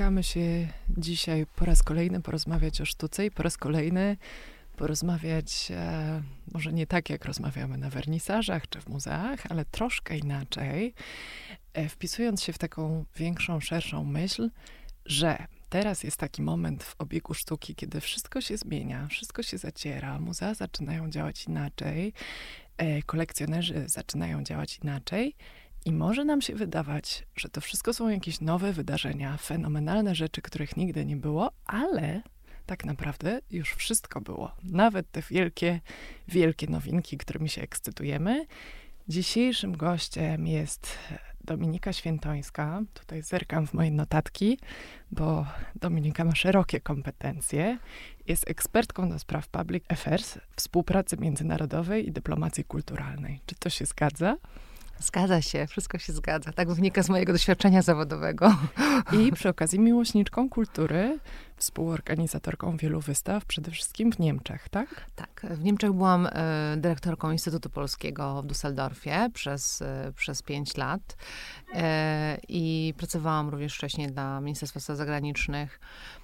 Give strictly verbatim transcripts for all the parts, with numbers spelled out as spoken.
spotykamy się dzisiaj po raz kolejny porozmawiać o sztuce i po raz kolejny porozmawiać, e, może nie tak jak rozmawiamy na wernisażach czy w muzeach, ale troszkę inaczej, e, wpisując się w taką większą, szerszą myśl, że teraz jest taki moment w obiegu sztuki, kiedy wszystko się zmienia, wszystko się zaciera, muzea zaczynają działać inaczej, e, kolekcjonerzy zaczynają działać inaczej. I może nam się wydawać, że to wszystko są jakieś nowe wydarzenia, fenomenalne rzeczy, których nigdy nie było, ale tak naprawdę już wszystko było. Nawet te wielkie, wielkie nowinki, którymi się ekscytujemy. Dzisiejszym gościem jest Dominika Świętońska. Tutaj zerkam w moje notatki, bo Dominika ma szerokie kompetencje. Jest ekspertką do spraw public affairs, współpracy międzynarodowej i dyplomacji kulturalnej. Czy to się zgadza? Zgadza się, wszystko się zgadza. Tak wynika z mojego doświadczenia zawodowego. I przy okazji miłośniczką kultury, współorganizatorką wielu wystaw, przede wszystkim w Niemczech, tak? Tak, w Niemczech byłam e, dyrektorką Instytutu Polskiego w Düsseldorfie przez, e, przez pięć lat e, i pracowałam również wcześniej dla Ministerstwa Spraw Zagranicznych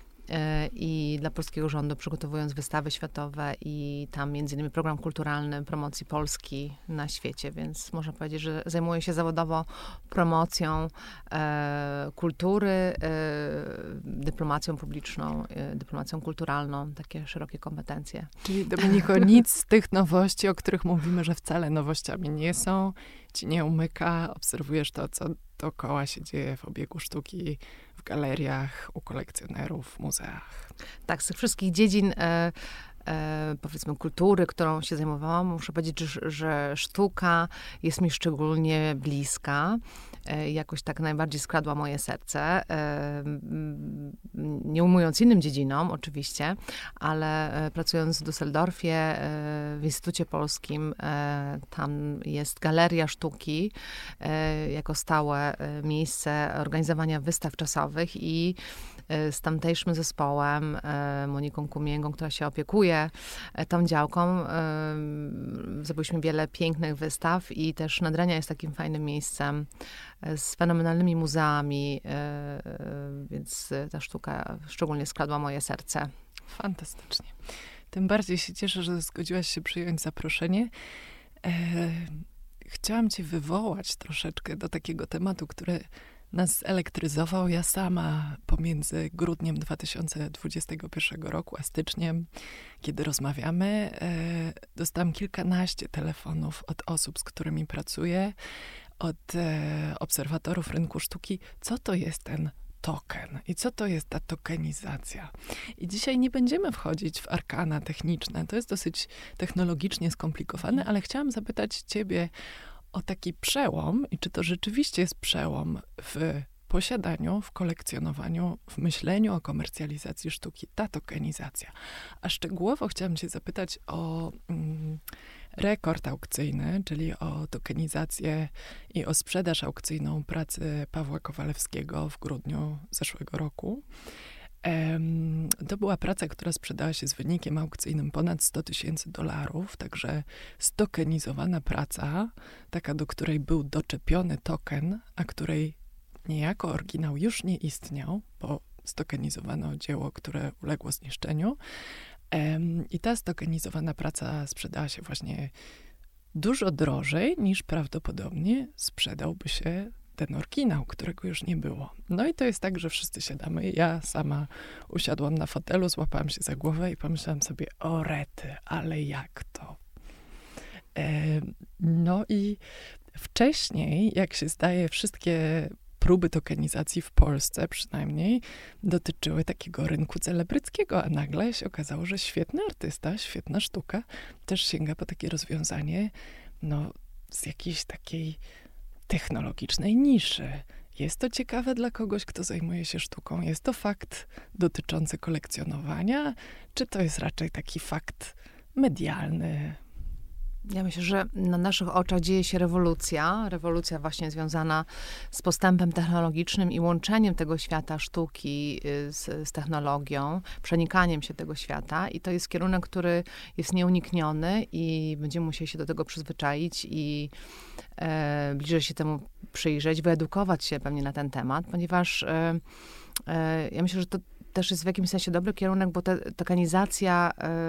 i dla polskiego rządu, przygotowując wystawy światowe i tam między innymi program kulturalny promocji Polski na świecie, więc można powiedzieć, że zajmuję się zawodowo promocją e, kultury, e, dyplomacją publiczną, e, dyplomacją kulturalną, takie szerokie kompetencje. Czyli Dominiko, nic z tych nowości, o których mówimy, że wcale nowościami nie są, ci nie umyka, obserwujesz to, co dookoła się dzieje w obiegu sztuki, w galeriach, u kolekcjonerów, w muzeach. Tak, z tych wszystkich dziedzin, e, e, powiedzmy, kultury, którą się zajmowałam, muszę powiedzieć, że, że sztuka jest mi szczególnie bliska. E, jakoś tak najbardziej skradła moje serce. E, nie ujmując innym dziedzinom, oczywiście, ale e, pracując w Düsseldorfie, e, w Instytucie Polskim, e, tam jest Galeria Sztuki, e, jako stałe e, miejsce organizowania wystaw czasowych i z tamtejszym zespołem, Moniką Kumięgą, która się opiekuje tą działką. Zrobiliśmy wiele pięknych wystaw i też Nadrenia jest takim fajnym miejscem z fenomenalnymi muzeami, więc ta sztuka szczególnie skradła moje serce. Fantastycznie. Tym bardziej się cieszę, że zgodziłaś się przyjąć zaproszenie. Chciałam cię wywołać troszeczkę do takiego tematu, który nas zelektryzował. Ja sama pomiędzy grudniem dwa tysiące dwudziestego pierwszego roku a styczniem, kiedy rozmawiamy, e, dostałam kilkanaście telefonów od osób, z którymi pracuję, od e, obserwatorów rynku sztuki. Co to jest ten token i co to jest ta tokenizacja? I dzisiaj nie będziemy wchodzić w arkana techniczne. To jest dosyć technologicznie skomplikowane, ale chciałam zapytać ciebie o taki przełom i czy to rzeczywiście jest przełom w posiadaniu, w kolekcjonowaniu, w myśleniu o komercjalizacji sztuki, ta tokenizacja. A szczegółowo chciałam cię zapytać o mm, rekord aukcyjny, czyli o tokenizację i o sprzedaż aukcyjną pracy Pawła Kowalewskiego w grudniu zeszłego roku. To była praca, która sprzedała się z wynikiem aukcyjnym ponad sto tysięcy dolarów, także stokenizowana praca, taka, do której był doczepiony token, a której niejako oryginał już nie istniał, bo stokenizowano dzieło, które uległo zniszczeniu. I ta stokenizowana praca sprzedała się właśnie dużo drożej, niż prawdopodobnie sprzedałby się ten oryginał, którego już nie było. No i to jest tak, że wszyscy siadamy. Ja sama usiadłam na fotelu, złapałam się za głowę i pomyślałam sobie, o rety, ale jak to? E, no i wcześniej, jak się zdaje, wszystkie próby tokenizacji w Polsce przynajmniej dotyczyły takiego rynku celebryckiego, a nagle się okazało, że świetny artysta, świetna sztuka też sięga po takie rozwiązanie, no, z jakiejś takiej technologicznej niszy. Jest to ciekawe dla kogoś, kto zajmuje się sztuką. Jest to fakt dotyczący kolekcjonowania, czy to jest raczej taki fakt medialny? Ja myślę, że na naszych oczach dzieje się rewolucja. Rewolucja właśnie związana z postępem technologicznym i łączeniem tego świata sztuki z, z technologią, przenikaniem się tego świata. I to jest kierunek, który jest nieunikniony i będziemy musieli się do tego przyzwyczaić i e, bliżej się temu przyjrzeć, wyedukować się pewnie na ten temat, ponieważ e, ja myślę, że to też jest w jakimś sensie dobry kierunek, bo ta tokenizacja,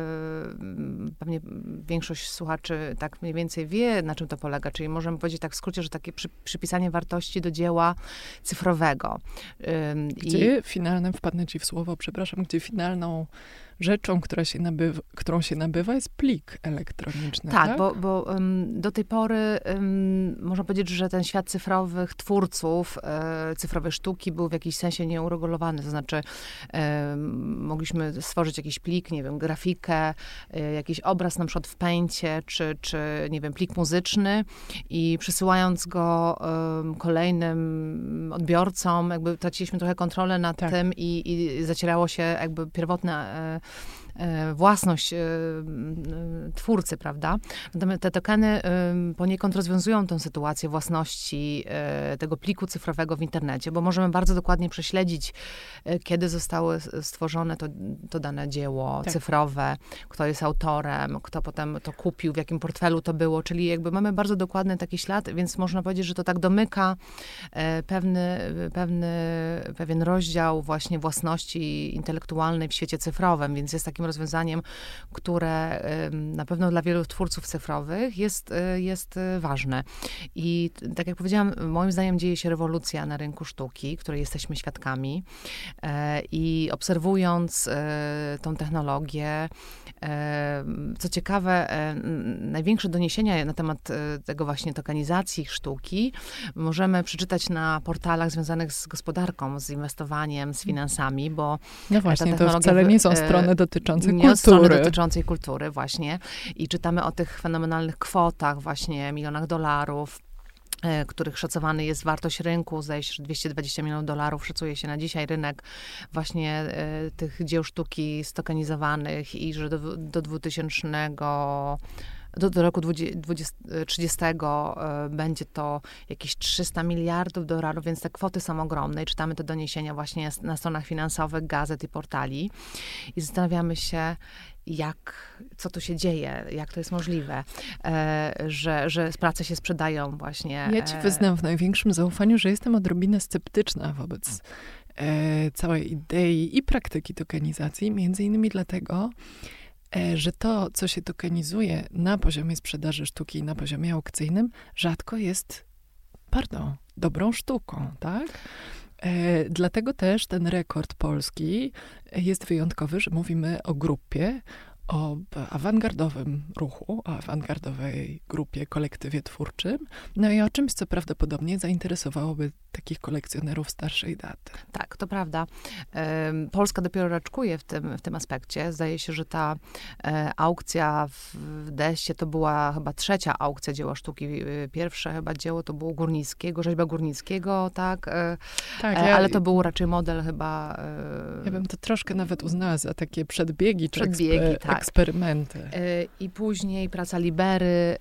yy, pewnie większość słuchaczy tak mniej więcej wie, na czym to polega, czyli możemy powiedzieć tak w skrócie, że takie przy, przypisanie wartości do dzieła cyfrowego. Yy, Gdzie i... finalnym, wpadnę ci w słowo, przepraszam, gdzie finalną rzeczą, która się nabywa, którą się nabywa, jest plik elektroniczny. Tak, tak? bo, bo um, do tej pory um, można powiedzieć, że ten świat cyfrowych twórców, e, cyfrowej sztuki był w jakiś sensie nieuregulowany. To znaczy e, mogliśmy stworzyć jakiś plik, nie wiem, grafikę, e, jakiś obraz na przykład w Paincie, czy, czy nie wiem, plik muzyczny i przesyłając go e, kolejnym odbiorcom, jakby traciliśmy trochę kontrolę nad tak. tym i, i zacierało się jakby pierwotne e, własność twórcy, prawda? Natomiast te tokeny poniekąd rozwiązują tę sytuację własności tego pliku cyfrowego w internecie, bo możemy bardzo dokładnie prześledzić, kiedy zostało stworzone to, to dane dzieło tak. cyfrowe, kto jest autorem, kto potem to kupił, w jakim portfelu to było, czyli jakby mamy bardzo dokładny taki ślad, więc można powiedzieć, że to tak domyka pewny, pewny, pewien rozdział właśnie własności intelektualnej w świecie cyfrowym, więc jest takim rozwiązaniem, które na pewno dla wielu twórców cyfrowych jest, jest ważne. I tak jak powiedziałam, moim zdaniem dzieje się rewolucja na rynku sztuki, której jesteśmy świadkami i obserwując tą technologię, co ciekawe, największe doniesienia na temat tego właśnie tokenizacji sztuki możemy przeczytać na portalach związanych z gospodarką, z inwestowaniem, z finansami, bo no właśnie, to wcale nie są strony dotyczące nie kultury. strony dotyczącej kultury, właśnie. I czytamy o tych fenomenalnych kwotach, właśnie milionach dolarów, których szacowany jest wartość rynku, zdaje się, że dwieście dwadzieścia milionów dolarów szacuje się na dzisiaj rynek właśnie e, tych dzieł sztuki stokenizowanych i że do, do dwutysięcznego Do, do roku trzydziestego e, będzie to jakieś trzysta miliardów dolarów, więc te kwoty są ogromne i czytamy te doniesienia właśnie na stronach finansowych, gazet i portali i zastanawiamy się, jak, co tu się dzieje, jak to jest możliwe, e, że, że prace się sprzedają właśnie. Ja ci wyznam w największym zaufaniu, że jestem odrobinę sceptyczna wobec e, całej idei i praktyki tokenizacji, między innymi dlatego, że to, co się tokenizuje na poziomie sprzedaży sztuki i na poziomie aukcyjnym, rzadko jest, pardon, dobrą sztuką, tak? E, dlatego też ten rekord polski jest wyjątkowy, że mówimy o grupie, o awangardowym ruchu, o awangardowej grupie, kolektywie twórczym, no i o czymś, co prawdopodobnie zainteresowałoby takich kolekcjonerów starszej daty. Tak, to prawda. Polska dopiero raczkuje w tym, w tym aspekcie. Zdaje się, że ta aukcja w Deście to była chyba trzecia aukcja dzieła sztuki. Pierwsze chyba dzieło to było Górnickiego, rzeźba Górnickiego, tak? Tak, ja, ale to był raczej model chyba... Ja bym to troszkę nawet uznała za takie przedbiegi, przedbiegi czy eksper- tak. eksperymenty. I później praca Libery,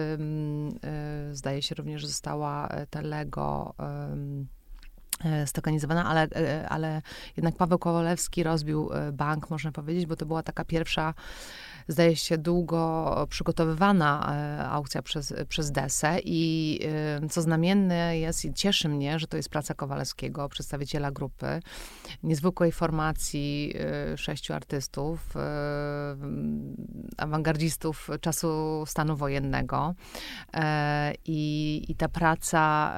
zdaje się również, że została Telego stokenizowana, ale, ale jednak Paweł Kowalewski rozbił bank, można powiedzieć, bo to była taka pierwsza, zdaje się, długo przygotowywana aukcja przez, przez Desę i co znamienne jest i cieszy mnie, że to jest praca Kowalewskiego, przedstawiciela grupy, niezwykłej formacji sześciu artystów, awangardzistów czasu stanu wojennego i, i ta praca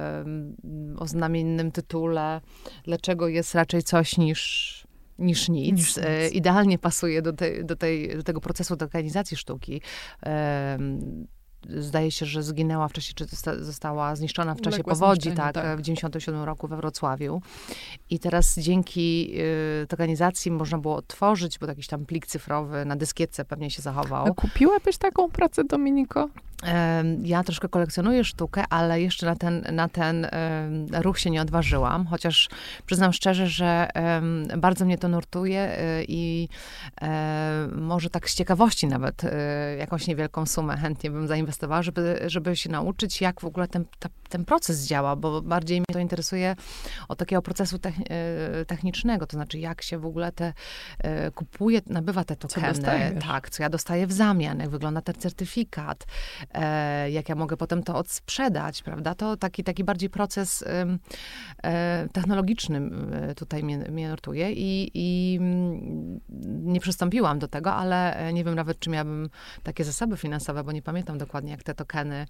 o znamiennym tytule, dlaczego jest raczej coś niż niż nic. Niż nic. E, idealnie pasuje do, tej, do, tej, do tego procesu tokenizacji sztuki. E, zdaje się, że zginęła w czasie, czy została zniszczona w czasie Uległa powodzi, tak, tak, w dziewięćdziesiątym siódmym roku we Wrocławiu. I teraz dzięki y, tokenizacji można było otworzyć, bo jakiś tam plik cyfrowy na dyskietce pewnie się zachował. A kupiłabyś taką pracę, Dominiko? Ja troszkę kolekcjonuję sztukę, ale jeszcze na ten, na ten ruch się nie odważyłam, chociaż przyznam szczerze, że bardzo mnie to nurtuje i może tak z ciekawości nawet jakąś niewielką sumę chętnie bym zainwestowała, żeby, żeby się nauczyć, jak w ogóle ten, ta, ten proces działa, bo bardziej mnie to interesuje od takiego procesu technicznego, to znaczy jak się w ogóle te kupuje, nabywa te tokeny, co tak, co ja dostaję w zamian, jak wygląda ten certyfikat, e, jak ja mogę potem to odsprzedać, prawda? To taki, taki bardziej proces e, e, technologiczny tutaj mnie, mnie nurtuje i, i nie przystąpiłam do tego, ale nie wiem nawet, czy miałabym takie zasoby finansowe, bo nie pamiętam dokładnie, jak te tokeny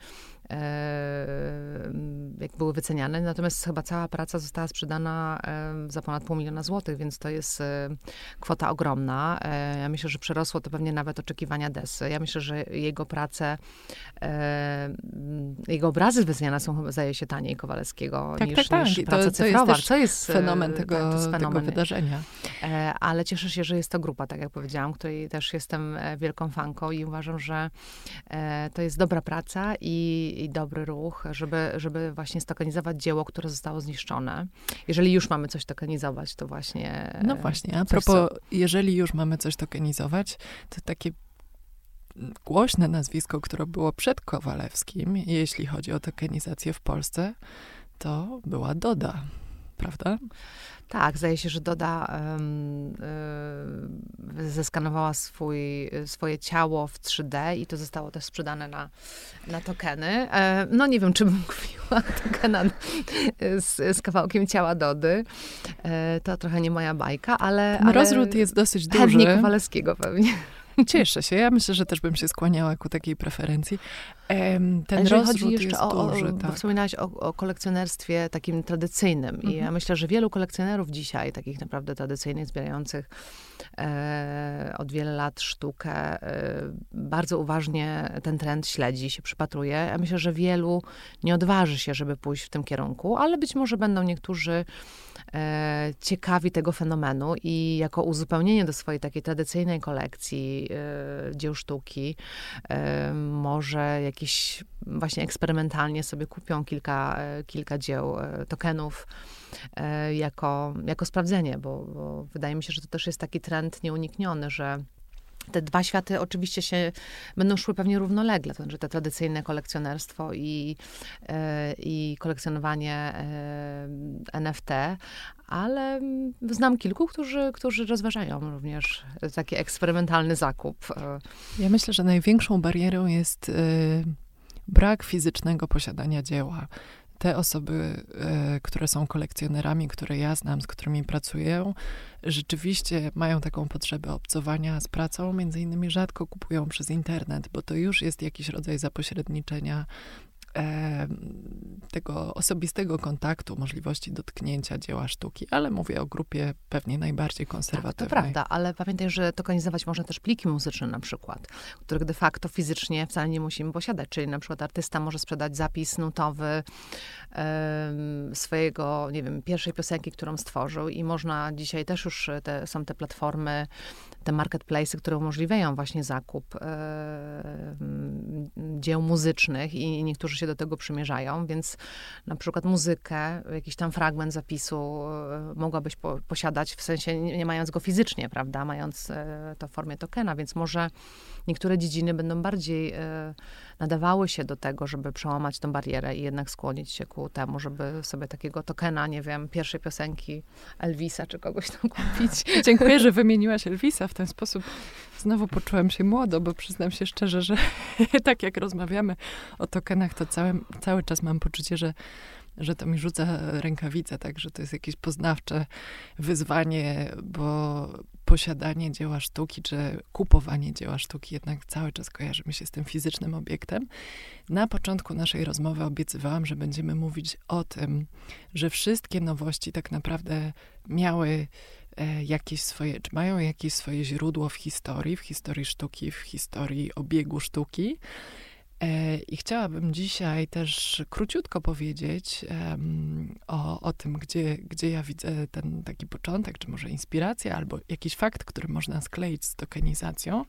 e, jak były wyceniane. Natomiast chyba cała praca została sprzedana e, za ponad pół miliona złotych, więc to jest e, kwota ogromna. E, ja myślę, że przerosło to pewnie nawet oczekiwania Desy. Ja myślę, że jego prace, e, jego obrazy wyceniane są chyba, zdaje się, taniej Kowalewskiego tak, niż, tak, tak. niż To, praca to cyfrowa. jest co jest fenomen tego, tak, to jest fenomen. tego wydarzenia. E, ale cieszę się, że jest to grupa, tak jak powiedziałam, której też jestem wielką fanką i uważam, że e, to jest dobra praca i, i dobry ruch, żeby, żeby właśnie stokenizować dzieło, które zostało zniszczone. Jeżeli już mamy coś tokenizować, to właśnie... No właśnie, a coś, propos, co... jeżeli już mamy coś tokenizować, to takie głośne nazwisko, które było przed Kowalewskim, jeśli chodzi o tokenizację w Polsce, to była Doda, prawda? Tak, zdaje się, że Doda um, y, zeskanowała swój, swoje ciało w trzy D i to zostało też sprzedane na, na tokeny. E, no nie wiem, czy bym kupiła tokena z, z kawałkiem ciała Dody. E, to trochę nie moja bajka, ale... Ten ale rozród jest dosyć duży. Chętnie Kowalewskiego pewnie. Cieszę się. Ja myślę, że też bym się skłaniała ku takiej preferencji. Ten Jeżeli rozród chodzi jeszcze jest o, duży. O, tak. Bo wspominałaś o, o kolekcjonerstwie takim tradycyjnym. Mhm. I ja myślę, że wielu kolekcjonerów dzisiaj, takich naprawdę tradycyjnych, zbierających e, od wiele lat sztukę, e, bardzo uważnie ten trend śledzi, się przypatruje. Ja myślę, że wielu nie odważy się, żeby pójść w tym kierunku, ale być może będą niektórzy e, ciekawi tego fenomenu i jako uzupełnienie do swojej takiej tradycyjnej kolekcji e, dzieł sztuki, e, może jakieś właśnie eksperymentalnie sobie kupią kilka, e, kilka dzieł, e, tokenów e, jako, jako sprawdzenie, bo, bo wydaje mi się, że to też jest taki trend nieunikniony, że te dwa światy oczywiście się będą szły pewnie równolegle, to znaczy te tradycyjne kolekcjonerstwo i, e, i kolekcjonowanie e, N F T, ale znam kilku, którzy, którzy rozważają również taki eksperymentalny zakup. Ja myślę, że największą barierą jest y, brak fizycznego posiadania dzieła. Te osoby, y, które są kolekcjonerami, które ja znam, z którymi pracuję, rzeczywiście mają taką potrzebę obcowania z pracą, między innymi rzadko kupują przez internet, bo to już jest jakiś rodzaj zapośredniczenia e, tego osobistego kontaktu, możliwości dotknięcia dzieła sztuki, ale mówię o grupie pewnie najbardziej konserwatywnej. Tak, to prawda, ale pamiętaj, że tokenizować można też pliki muzyczne na przykład, których de facto fizycznie wcale nie musimy posiadać, czyli na przykład artysta może sprzedać zapis nutowy e, swojego, nie wiem, pierwszej piosenki, którą stworzył i można dzisiaj też już, te, są te platformy, te marketplace'y, które umożliwiają właśnie zakup e, dzieł muzycznych i niektórzy się do tego przymierzają, więc na przykład muzykę, jakiś tam fragment zapisu e, mogłabyś po, posiadać, w sensie nie, nie mając go fizycznie, prawda, mając e, to w formie tokena, więc może niektóre dziedziny będą bardziej e, nadawały się do tego, żeby przełamać tą barierę i jednak skłonić się ku temu, żeby sobie takiego tokena, nie wiem, pierwszej piosenki Elvisa czy kogoś tam kupić. Dziękuję, że wymieniłaś Elvisa w ten sposób. Znowu poczułam się młodo, bo przyznam się szczerze, że tak jak rozmawiamy o tokenach, to cały, cały czas mam poczucie, że, że to mi rzuca rękawice, tak, że to jest jakieś poznawcze wyzwanie, bo posiadanie dzieła sztuki, czy kupowanie dzieła sztuki jednak cały czas kojarzy mi się z tym fizycznym obiektem. Na początku naszej rozmowy obiecywałam, że będziemy mówić o tym, że wszystkie nowości tak naprawdę miały jakieś swoje, czy mają jakieś swoje źródło w historii, w historii sztuki, w historii obiegu sztuki. I chciałabym dzisiaj też króciutko powiedzieć um, o, o tym, gdzie, gdzie ja widzę ten taki początek, czy może inspiracja, albo jakiś fakt, który można skleić z tokenizacją.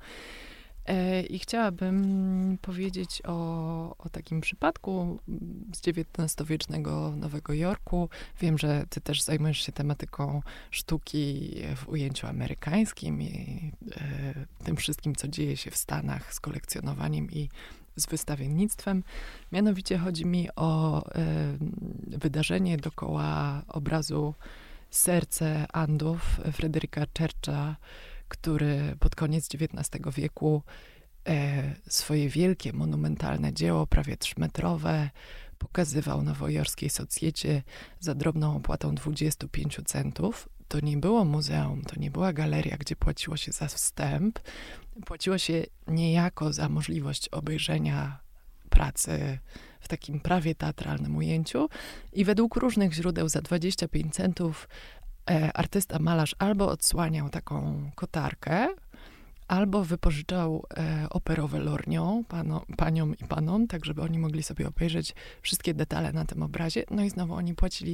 I chciałabym powiedzieć o, o takim przypadku z dziewiętnastowiecznego Nowego Jorku. Wiem, że ty też zajmujesz się tematyką sztuki w ujęciu amerykańskim i e, tym wszystkim, co dzieje się w Stanach z kolekcjonowaniem i z wystawiennictwem. Mianowicie chodzi mi o e, wydarzenie dookoła obrazu Serce Andów Fryderyka Churcha, który pod koniec dziewiętnastego wieku e, swoje wielkie, monumentalne dzieło, prawie trzymetrowe, pokazywał nowojorskiej socjecie za drobną opłatą dwadzieścia pięć centów. To nie było muzeum, to nie była galeria, gdzie płaciło się za wstęp. Płaciło się niejako za możliwość obejrzenia pracy w takim prawie teatralnym ujęciu i według różnych źródeł za dwadzieścia pięć centów e, artysta, malarz albo odsłaniał taką kotarkę, albo wypożyczał e, operowe lornią pano, paniom i panom, tak żeby oni mogli sobie obejrzeć wszystkie detale na tym obrazie. No i znowu oni płacili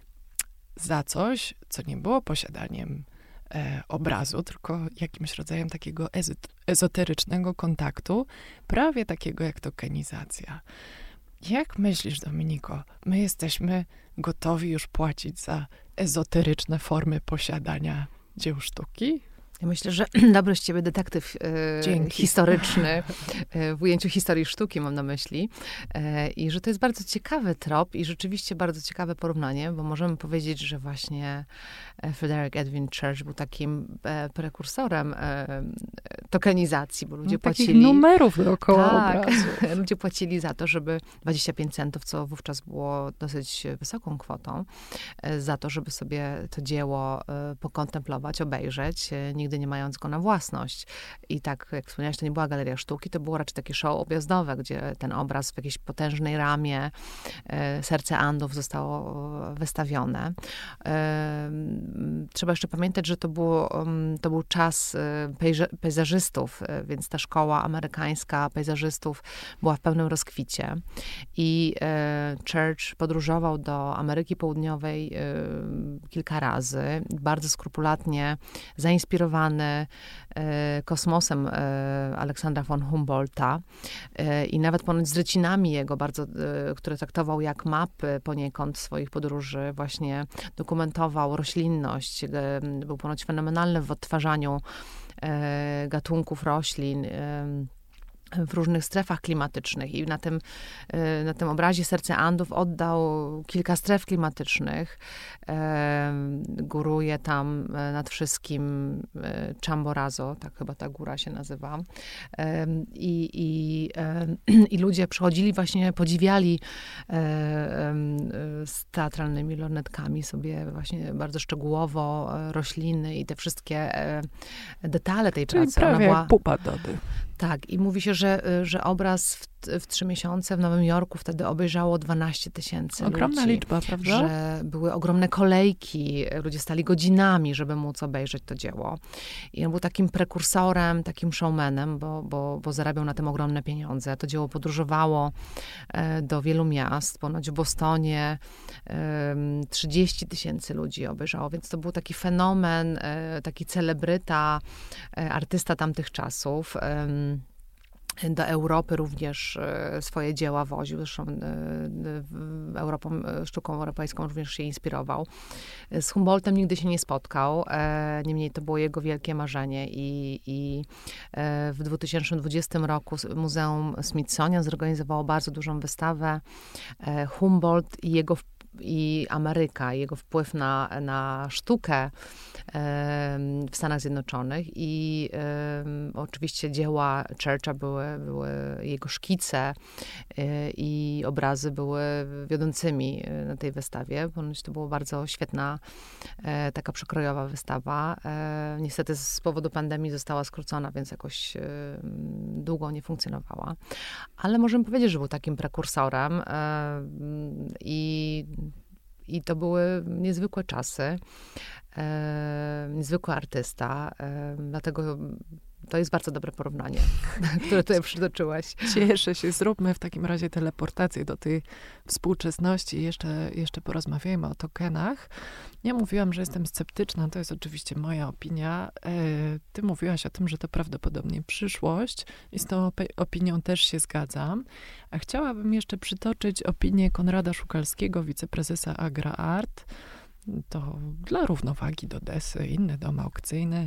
za coś, co nie było posiadaniem e, obrazu, tylko jakimś rodzajem takiego ezot- ezoterycznego kontaktu, prawie takiego jak tokenizacja. Jak myślisz, Dominiko, my jesteśmy gotowi już płacić za ezoteryczne formy posiadania dzieł sztuki? Ja myślę, że dobry z ciebie detektyw e, historyczny, e, w ujęciu historii sztuki mam na myśli. E, I że to jest bardzo ciekawy trop i rzeczywiście bardzo ciekawe porównanie, bo możemy powiedzieć, że właśnie Frederick Edwin Church był takim e, prekursorem e, tokenizacji, bo ludzie no, płacili... Takich numerów dookoła tak, obrazu. Ludzie płacili za to, żeby dwadzieścia pięć centów, co wówczas było dosyć wysoką kwotą, e, za to, żeby sobie to dzieło e, pokontemplować, obejrzeć, e, nigdy nie mając go na własność. I tak, jak wspomniałeś, to nie była galeria sztuki, to było raczej takie show objazdowe, gdzie ten obraz w jakiejś potężnej ramie, e, Serce Andów zostało wystawione. E, trzeba jeszcze pamiętać, że to, było, um, to był czas e, pejza- pejzażystów, e, więc ta szkoła amerykańska pejzażystów była w pełnym rozkwicie. I e, Church podróżował do Ameryki Południowej e, kilka razy, bardzo skrupulatnie zainspirowany e, kosmosem e, Aleksandra von Humboldta e, i nawet ponoć z rycinami jego, bardzo, e, które traktował jak mapy poniekąd swoich podróży, właśnie dokumentował roślinność, e, był ponoć fenomenalny w odtwarzaniu e, gatunków roślin, e, w różnych strefach klimatycznych i na tym, na tym obrazie Serce Andów oddał kilka stref klimatycznych. Góruje tam nad wszystkim Chimborazo, tak chyba ta góra się nazywa. I, i, i ludzie przychodzili właśnie, podziwiali z teatralnymi lornetkami sobie właśnie bardzo szczegółowo rośliny i te wszystkie detale tej Czyli pracy. prawie Ona była, jak pupa Dody. Tak, i mówi się, że, że obraz w, w trzy miesiące w Nowym Jorku wtedy obejrzało dwanaście tysięcy ludzi. Ogromna liczba, prawda? Że były ogromne kolejki, ludzie stali godzinami, żeby móc obejrzeć to dzieło. I on był takim prekursorem, takim showmanem, bo, bo, bo zarabiał na tym ogromne pieniądze. To dzieło podróżowało e, do wielu miast, ponoć w Bostonie e, trzydzieści tysięcy ludzi obejrzało, więc to był taki fenomen, e, taki celebryta, e, artysta tamtych czasów. E, Do Europy również swoje dzieła woził, zresztą Europą, sztuką europejską również się inspirował. Z Humboldtem nigdy się nie spotkał, niemniej to było jego wielkie marzenie i, i w dwa tysiące dwudziestym roku Muzeum Smithsonian zorganizowało bardzo dużą wystawę Humboldt i jego i Ameryka, jego wpływ na, na sztukę e, w Stanach Zjednoczonych i e, oczywiście dzieła Churcha były, były jego szkice e, i obrazy były wiodącymi na tej wystawie. Ponoć to była bardzo świetna, e, taka przekrojowa wystawa. E, niestety z powodu pandemii została skrócona, więc jakoś e, długo nie funkcjonowała. Ale możemy powiedzieć, że był takim prekursorem e, i I to były niezwykłe czasy, e, niezwykły artysta, e, dlatego to jest bardzo dobre porównanie, które tutaj przytoczyłaś. Cieszę się. Zróbmy w takim razie teleportację do tej współczesności i jeszcze, jeszcze porozmawiajmy o tokenach. Ja mówiłam, że jestem sceptyczna, to jest oczywiście moja opinia. Ty mówiłaś o tym, że to prawdopodobnie przyszłość i z tą op- opinią też się zgadzam. A chciałabym jeszcze przytoczyć opinię Konrada Szukalskiego, wiceprezesa AgraArt. To dla równowagi do Desy, inny dom aukcyjny.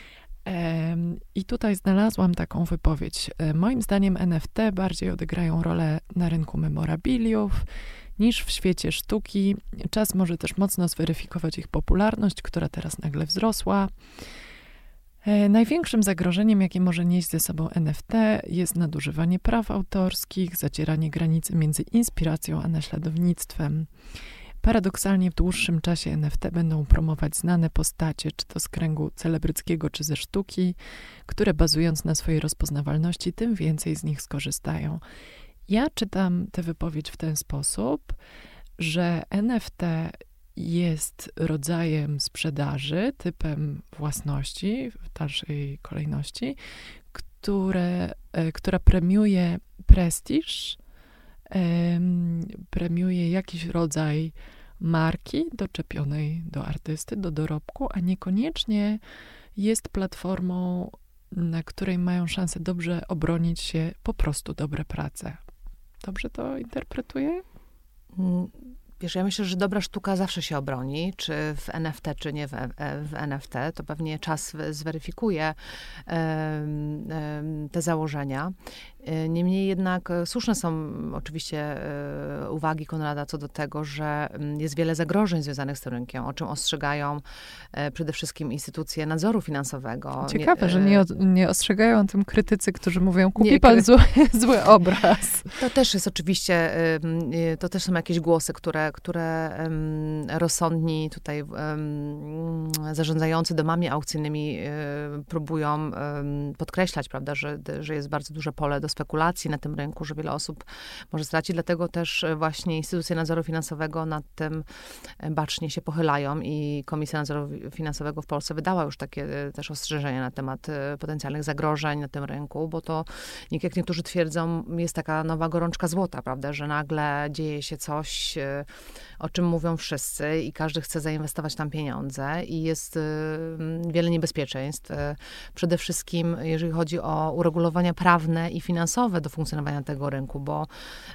I tutaj znalazłam taką wypowiedź. Moim zdaniem N F T bardziej odegrają rolę na rynku memorabiliów niż w świecie sztuki. Czas może też mocno zweryfikować ich popularność, która teraz nagle wzrosła. Największym zagrożeniem, jakie może nieść ze sobą N F T, jest nadużywanie praw autorskich, zacieranie granicy między inspiracją a naśladownictwem. Paradoksalnie w dłuższym czasie N F T będą promować znane postacie, czy to z kręgu celebryckiego, czy ze sztuki, które bazując na swojej rozpoznawalności, tym więcej z nich skorzystają. Ja czytam tę wypowiedź w ten sposób, że N F T jest rodzajem sprzedaży, typem własności w dalszej kolejności, które, która premiuje prestiż, premiuje jakiś rodzaj marki doczepionej do artysty, do dorobku, a niekoniecznie jest platformą, na której mają szansę dobrze obronić się po prostu dobre prace. Dobrze to interpretuję? Wiesz, ja myślę, że dobra sztuka zawsze się obroni, czy w N F T, czy nie w, w N F T. To pewnie czas zweryfikuje um, um, te założenia. Niemniej jednak słuszne są oczywiście uwagi Konrada co do tego, że jest wiele zagrożeń związanych z tym rynkiem, o czym ostrzegają przede wszystkim instytucje nadzoru finansowego. Ciekawe, nie, że nie, nie ostrzegają o tym krytycy, którzy mówią, kupi nie, pan zły, zły obraz. To też jest oczywiście, to też są jakieś głosy, które, które rozsądni tutaj zarządzający domami aukcyjnymi próbują podkreślać, prawda, że, że jest bardzo duże pole do spekulacji na tym rynku, że wiele osób może stracić. Dlatego też właśnie instytucje nadzoru finansowego nad tym bacznie się pochylają i Komisja Nadzoru Finansowego w Polsce wydała już takie też ostrzeżenia na temat potencjalnych zagrożeń na tym rynku, bo to, jak niektórzy twierdzą, jest taka nowa gorączka złota, prawda, że nagle dzieje się coś, o czym mówią wszyscy i każdy chce zainwestować tam pieniądze i jest wiele niebezpieczeństw. Przede wszystkim, jeżeli chodzi o uregulowania prawne i finansowe do funkcjonowania tego rynku, bo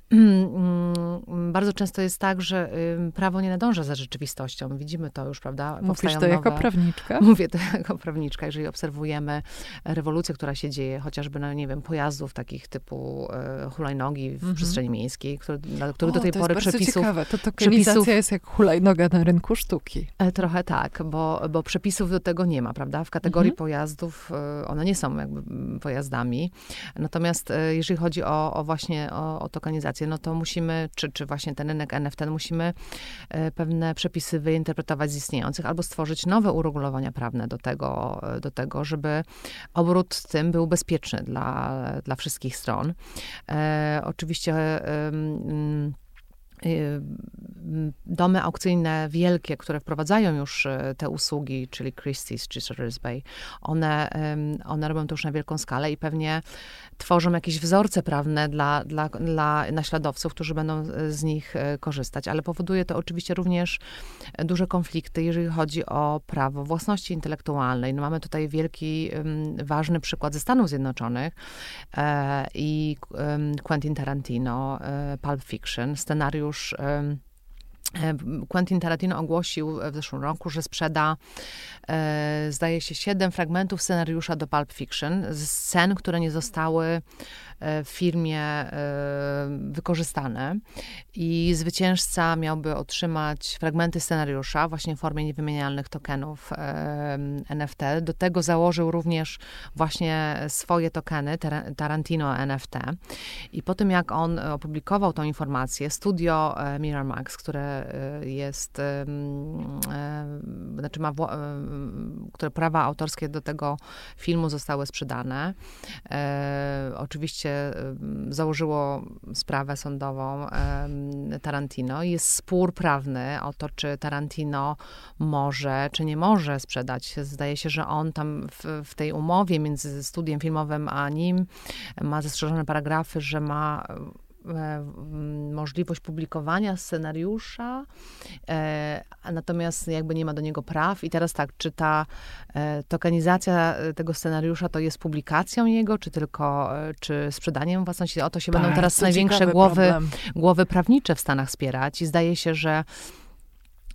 bardzo często jest tak, że prawo nie nadąża za rzeczywistością. Widzimy to już, prawda? Mówisz Powstają to nowe... jako prawniczka? Mówię to jako prawniczka. Jeżeli obserwujemy rewolucję, która się dzieje, chociażby na, nie wiem, pojazdów takich typu e, hulajnogi w mm-hmm. przestrzeni miejskiej, który, dla których do tej pory to przepisów... Ciekawe. To tokenizacja przepisów, jest jak hulajnoga na rynku sztuki. E, trochę tak, bo, bo przepisów do tego nie ma, prawda? W kategorii mm-hmm. pojazdów e, one nie są jakby pojazdami. Natomiast e, jeżeli chodzi o, o właśnie o, o tokenizację, no to musimy, czy, czy właśnie ten rynek N F T, musimy e, pewne przepisy wyinterpretować z istniejących albo stworzyć nowe uregulowania prawne do tego, do tego żeby obrót tym był bezpieczny dla, dla wszystkich stron. E, oczywiście e, domy aukcyjne wielkie, które wprowadzają już te usługi, czyli Christie's czy Sotheby's Bay, one, one robią to już na wielką skalę i pewnie tworzą jakieś wzorce prawne dla, dla, dla naśladowców, którzy będą z nich korzystać, ale powoduje to oczywiście również duże konflikty, jeżeli chodzi o prawo własności intelektualnej. No mamy tutaj wielki, ważny przykład ze Stanów Zjednoczonych i Quentin Tarantino, Pulp Fiction, scenariusz Quentin Tarantino ogłosił w zeszłym roku, że sprzeda, e, zdaje się, siedem fragmentów scenariusza do Pulp Fiction, z scen, które nie zostały w firmie e, wykorzystane. I zwycięzca miałby otrzymać fragmenty scenariusza właśnie w formie niewymienialnych tokenów e, N F T. Do tego założył również właśnie swoje tokeny, Tarantino N F T. I po tym, jak on opublikował tą informację, studio Miramax, które jest, e, znaczy ma, które prawa autorskie do tego filmu zostały sprzedane. E, oczywiście założyło sprawę sądową Tarantino. Jest spór prawny o to, czy Tarantino może, czy nie może sprzedać. Zdaje się, że on tam w, w tej umowie między studiem filmowym a nim ma zastrzeżone paragrafy, że ma możliwość publikowania scenariusza, e, natomiast jakby nie ma do niego praw. I teraz tak, czy ta e, tokenizacja tego scenariusza to jest publikacją jego, czy tylko, e, czy sprzedaniem własności? O to się tak, będą teraz największe głowy, głowy prawnicze w Stanach spierać i zdaje się, że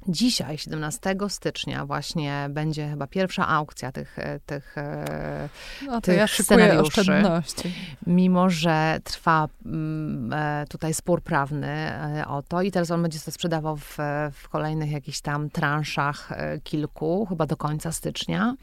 Dzisiaj, siedemnastego stycznia, właśnie będzie chyba pierwsza aukcja tych, tych, no to tych ja szykuję scenariuszy. Oszczędności. Mimo że trwa tutaj spór prawny o to i teraz on będzie to sprzedawał w, w kolejnych jakichś tam transzach kilku, chyba do końca stycznia.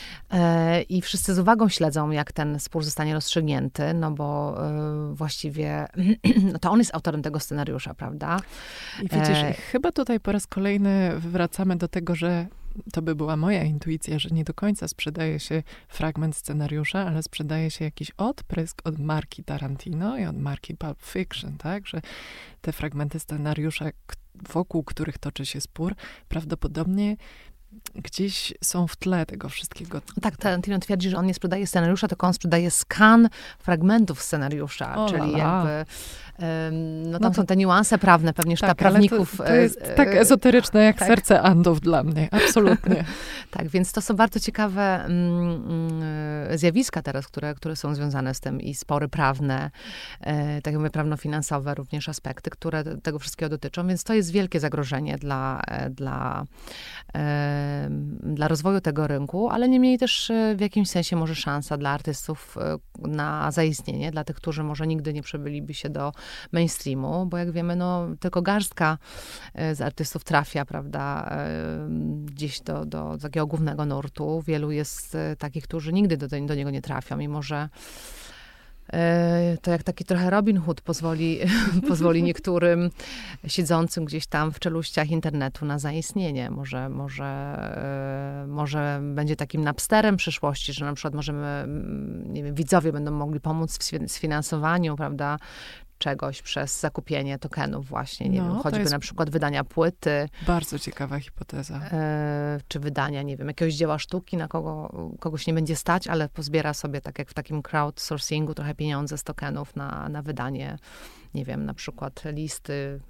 I wszyscy z uwagą śledzą, jak ten spór zostanie rozstrzygnięty, no bo właściwie no to on jest autorem tego scenariusza, prawda? I widzisz, e... chyba tutaj po raz kolejny wracamy do tego, że to by była moja intuicja, że nie do końca sprzedaje się fragment scenariusza, ale sprzedaje się jakiś odprysk od marki Tarantino i od marki Pulp Fiction, tak? Że te fragmenty scenariusza, wokół których toczy się spór, prawdopodobnie gdzieś są w tle tego wszystkiego. Tak, Tarantino twierdzi, że on nie sprzedaje scenariusza, tylko on sprzedaje skan fragmentów scenariusza, o, czyli la, la. jakby no tam no to, są te niuanse prawne, pewnie sztab tak, prawników. To, to jest tak ezoteryczne jak tak. serce Andów dla mnie, absolutnie. Tak, więc to są bardzo ciekawe mm, zjawiska teraz, które, które są związane z tym i spory prawne, e, tak jakby prawno-finansowe również aspekty, które tego wszystkiego dotyczą, więc to jest wielkie zagrożenie dla, dla, e, dla rozwoju tego rynku, ale niemniej też w jakimś sensie może szansa dla artystów na zaistnienie, dla tych, którzy może nigdy nie przebyliby się do mainstreamu, bo jak wiemy, no tylko garstka z artystów trafia, prawda, gdzieś do, do takiego głównego nurtu. Wielu jest takich, którzy nigdy do, do niego nie trafią, mimo że to jak taki trochę Robin Hood pozwoli, pozwoli niektórym siedzącym gdzieś tam w czeluściach internetu na zaistnienie. Może, może, może będzie takim Napsterem przyszłości, że na przykład możemy, nie wiem, widzowie będą mogli pomóc w sfinansowaniu, prawda, czegoś przez zakupienie tokenów właśnie, nie no, wiem, choćby na przykład wydania płyty. Bardzo ciekawa hipoteza. E, czy wydania, nie wiem, jakiegoś dzieła sztuki, na kogo kogoś nie będzie stać, ale pozbiera sobie, tak jak w takim crowdsourcingu, trochę pieniądze z tokenów na, na wydanie, nie wiem, na przykład listy,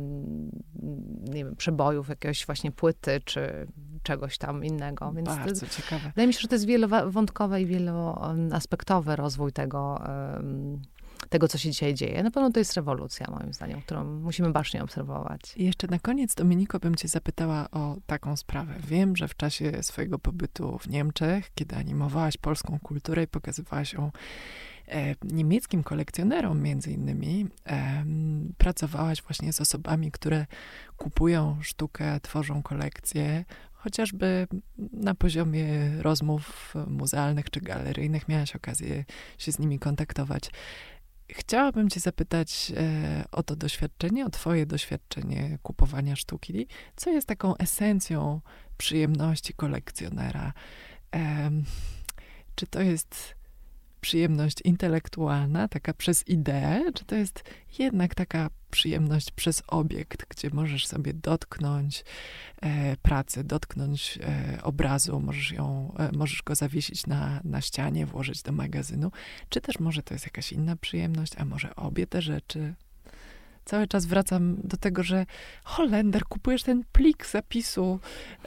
nie wiem, przebojów, jakiegoś właśnie płyty, czy czegoś tam innego. Więc bardzo to, ciekawe. Wydaje mi się, że to jest wielowątkowy i wieloaspektowy rozwój tego, um, tego, co się dzisiaj dzieje. Na pewno to jest rewolucja, moim zdaniem, którą musimy bacznie obserwować. I jeszcze na koniec, Dominiko, bym cię zapytała o taką sprawę. Wiem, że w czasie swojego pobytu w Niemczech, kiedy animowałaś polską kulturę i pokazywałaś ją e, niemieckim kolekcjonerom między innymi, e, pracowałaś właśnie z osobami, które kupują sztukę, tworzą kolekcje, chociażby na poziomie rozmów muzealnych czy galeryjnych. Miałaś okazję się z nimi kontaktować. Chciałabym cię zapytać e, o to doświadczenie, o twoje doświadczenie kupowania sztuki. Co jest taką esencją przyjemności kolekcjonera? E, czy to jest przyjemność intelektualna, taka przez ideę, czy to jest jednak taka przyjemność przez obiekt, gdzie możesz sobie dotknąć e, pracy, dotknąć e, obrazu, możesz, ją, e, możesz go zawiesić na, na ścianie, włożyć do magazynu, czy też może to jest jakaś inna przyjemność, a może obie te rzeczy? Cały czas wracam do tego, że Holender, kupujesz ten plik zapisu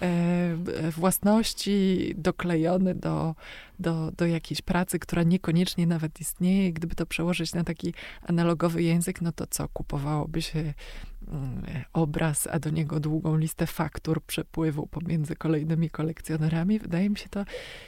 e, własności doklejony do, do, do jakiejś pracy, która niekoniecznie nawet istnieje. Gdyby to przełożyć na taki analogowy język, no to co? Kupowałoby się mm, obraz, a do niego długą listę faktur przepływu pomiędzy kolejnymi kolekcjonerami. Wydaje mi się to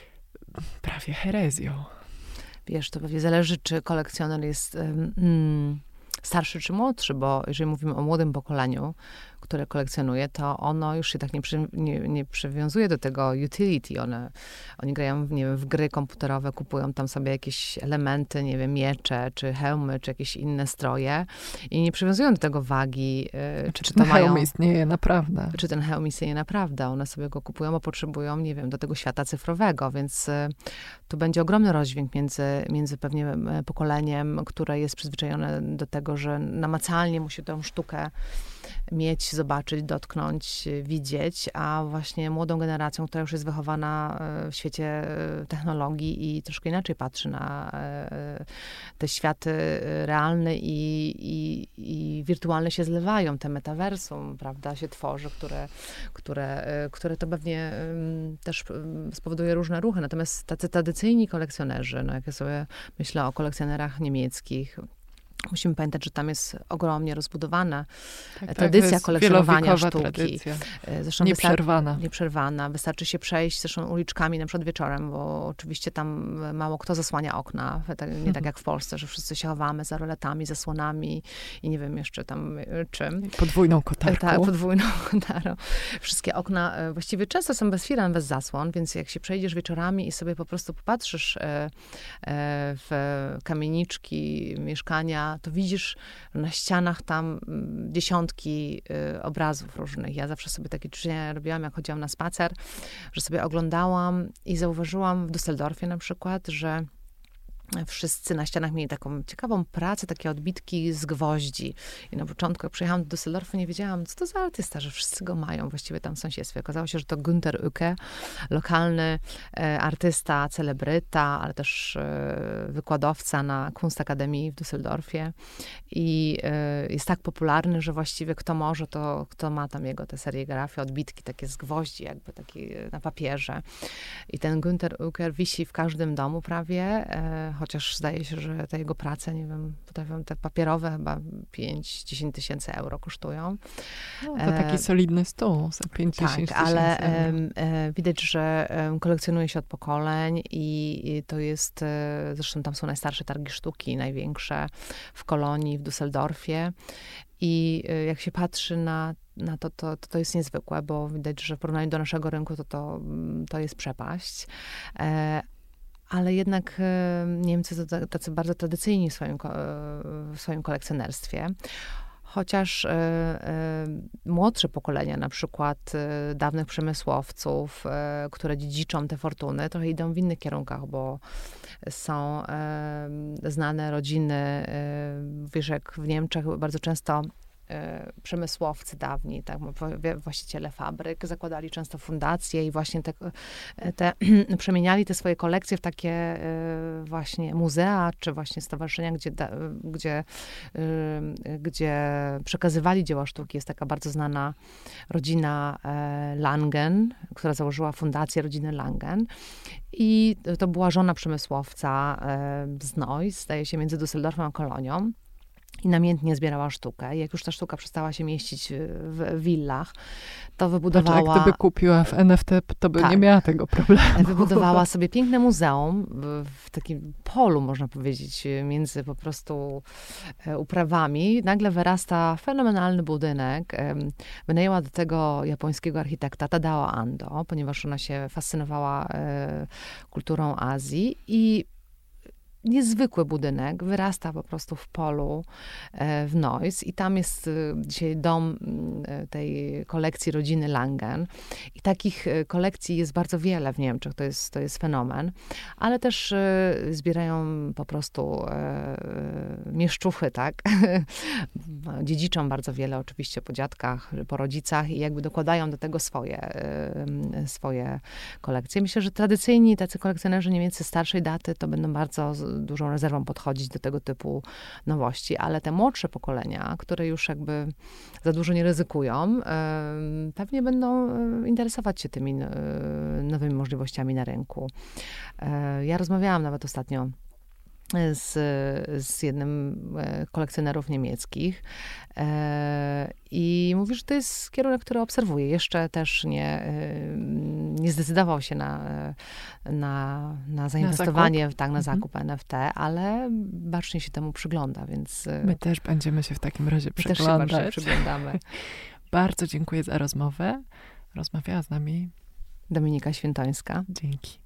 prawie herezją. Wiesz, to pewnie zależy, czy kolekcjoner jest... Mm, starszy czy młodszy, bo jeżeli mówimy o młodym pokoleniu, które kolekcjonuje, to ono już się tak nie, przy, nie, nie przywiązuje do tego utility. One, oni grają, nie wiem, w gry komputerowe, kupują tam sobie jakieś elementy, nie wiem, miecze, czy hełmy, czy jakieś inne stroje i nie przywiązują do tego wagi. Czy, czy ten hełm istnieje naprawdę. Czy ten hełm istnieje naprawdę. One sobie go kupują, bo potrzebują, nie wiem, do tego świata cyfrowego, więc tu będzie ogromny rozdźwięk między, między pewnie pokoleniem, które jest przyzwyczajone do tego, że namacalnie musi tę sztukę mieć, zobaczyć, dotknąć, widzieć, a właśnie młodą generacją, która już jest wychowana w świecie technologii i troszkę inaczej patrzy na te światy realne i, i, i wirtualne się zlewają, te metaversum, prawda, się tworzy, które, które, które to pewnie też spowoduje różne ruchy. Natomiast tacy tradycyjni kolekcjonerzy, no jak ja sobie myślę o kolekcjonerach niemieckich, Musimy pamiętać, że tam jest ogromnie rozbudowana Tak, tradycja tak, kolekcjonowania sztuki. Tradycja. Zresztą Nieprzerwana. Wystar- nieprzerwana. Wystarczy się przejść zresztą uliczkami na przykład wieczorem, bo oczywiście tam mało kto zasłania okna. Tak, nie mhm. tak jak w Polsce, że wszyscy się chowamy za roletami, zasłonami i nie wiem jeszcze tam czym. Podwójną kotarką. Tak, podwójną kotarą. Wszystkie okna właściwie często są bez firan, bez zasłon, więc jak się przejdziesz wieczorami i sobie po prostu popatrzysz w kamieniczki, mieszkania, to widzisz na ścianach tam dziesiątki y, obrazów różnych. Ja zawsze sobie takie ćwiczenia robiłam, jak chodziłam na spacer, że sobie oglądałam i zauważyłam w Düsseldorfie na przykład, że wszyscy na ścianach mieli taką ciekawą pracę, takie odbitki z gwoździ. I na początku, jak przyjechałam do Düsseldorfu, nie wiedziałam, co to za artysta, że wszyscy go mają właściwie tam w sąsiedztwie. Okazało się, że to Günter Uecke, lokalny e, artysta, celebryta, ale też e, wykładowca na Kunstakademii w Düsseldorfie. I e, jest tak popularny, że właściwie kto może, to kto ma tam jego te serigrafie, odbitki takie z gwoździ, jakby takie na papierze. I ten Günter Uecke wisi w każdym domu prawie, e, chociaż zdaje się, że te jego prace, nie wiem, potrafią te papierowe chyba pięć do dziesięciu tysięcy euro kosztują. No, to taki e, solidny stół za pięć do dziesięciu tak, ale tysięcy e, widać, że e, kolekcjonuje się od pokoleń i, i to jest, e, zresztą tam są najstarsze targi sztuki, największe w Kolonii, w Düsseldorfie. I e, jak się patrzy na na to, to, to, to jest niezwykłe, bo widać, że w porównaniu do naszego rynku to, to, to jest przepaść. E, Ale jednak Niemcy to tacy bardzo tradycyjni w swoim, w swoim kolekcjonerstwie. Chociaż e, e, młodsze pokolenia, na przykład e, dawnych przemysłowców, e, które dziedziczą te fortuny, trochę idą w innych kierunkach, bo są e, znane rodziny, e, wiesz, jak w Niemczech bardzo często przemysłowcy dawni, tak, właściciele fabryk zakładali często fundacje i właśnie te, te przemieniali te swoje kolekcje w takie właśnie muzea, czy właśnie stowarzyszenia, gdzie, gdzie, gdzie przekazywali dzieła sztuki. Jest taka bardzo znana rodzina Langen, która założyła fundację rodziny Langen i to była żona przemysłowca z Neuss, zdaje się, między Düsseldorfem a Kolonią. I namiętnie zbierała sztukę. I jak już ta sztuka przestała się mieścić w willach, to wybudowała... Znaczy, jak gdyby kupiła w N F T, to by tak, nie miała tego problemu. Wybudowała sobie piękne muzeum w, w takim polu, można powiedzieć, między po prostu uprawami. Nagle wyrasta fenomenalny budynek. Wynajęła do tego japońskiego architekta Tadao Ando, ponieważ ona się fascynowała kulturą Azji i niezwykły budynek, wyrasta po prostu w polu w Neuss i tam jest dzisiaj dom tej kolekcji rodziny Langen i takich kolekcji jest bardzo wiele w Niemczech, to jest, to jest fenomen, ale też zbierają po prostu mieszczuchy, tak, dziedziczą bardzo wiele oczywiście po dziadkach, po rodzicach i jakby dokładają do tego swoje, swoje kolekcje. Myślę, że tradycyjni tacy kolekcjonerzy niemieccy starszej daty to będą bardzo dużą rezerwą podchodzić do tego typu nowości, ale te młodsze pokolenia, które już jakby za dużo nie ryzykują, pewnie będą interesować się tymi nowymi możliwościami na rynku. Ja rozmawiałam nawet ostatnio z, z jednym kolekcjonerów niemieckich i mówi, że to jest kierunek, który obserwuje. Jeszcze też nie, nie zdecydował się na, na, na zainwestowanie, na zakup, tak, na zakup mhm. N F T, ale bacznie się temu przygląda, więc... My też będziemy się w takim razie my przyglądać. Też się przyglądamy. Bardzo dziękuję za rozmowę. Rozmawiała z nami Dominika Świętońska. Dzięki.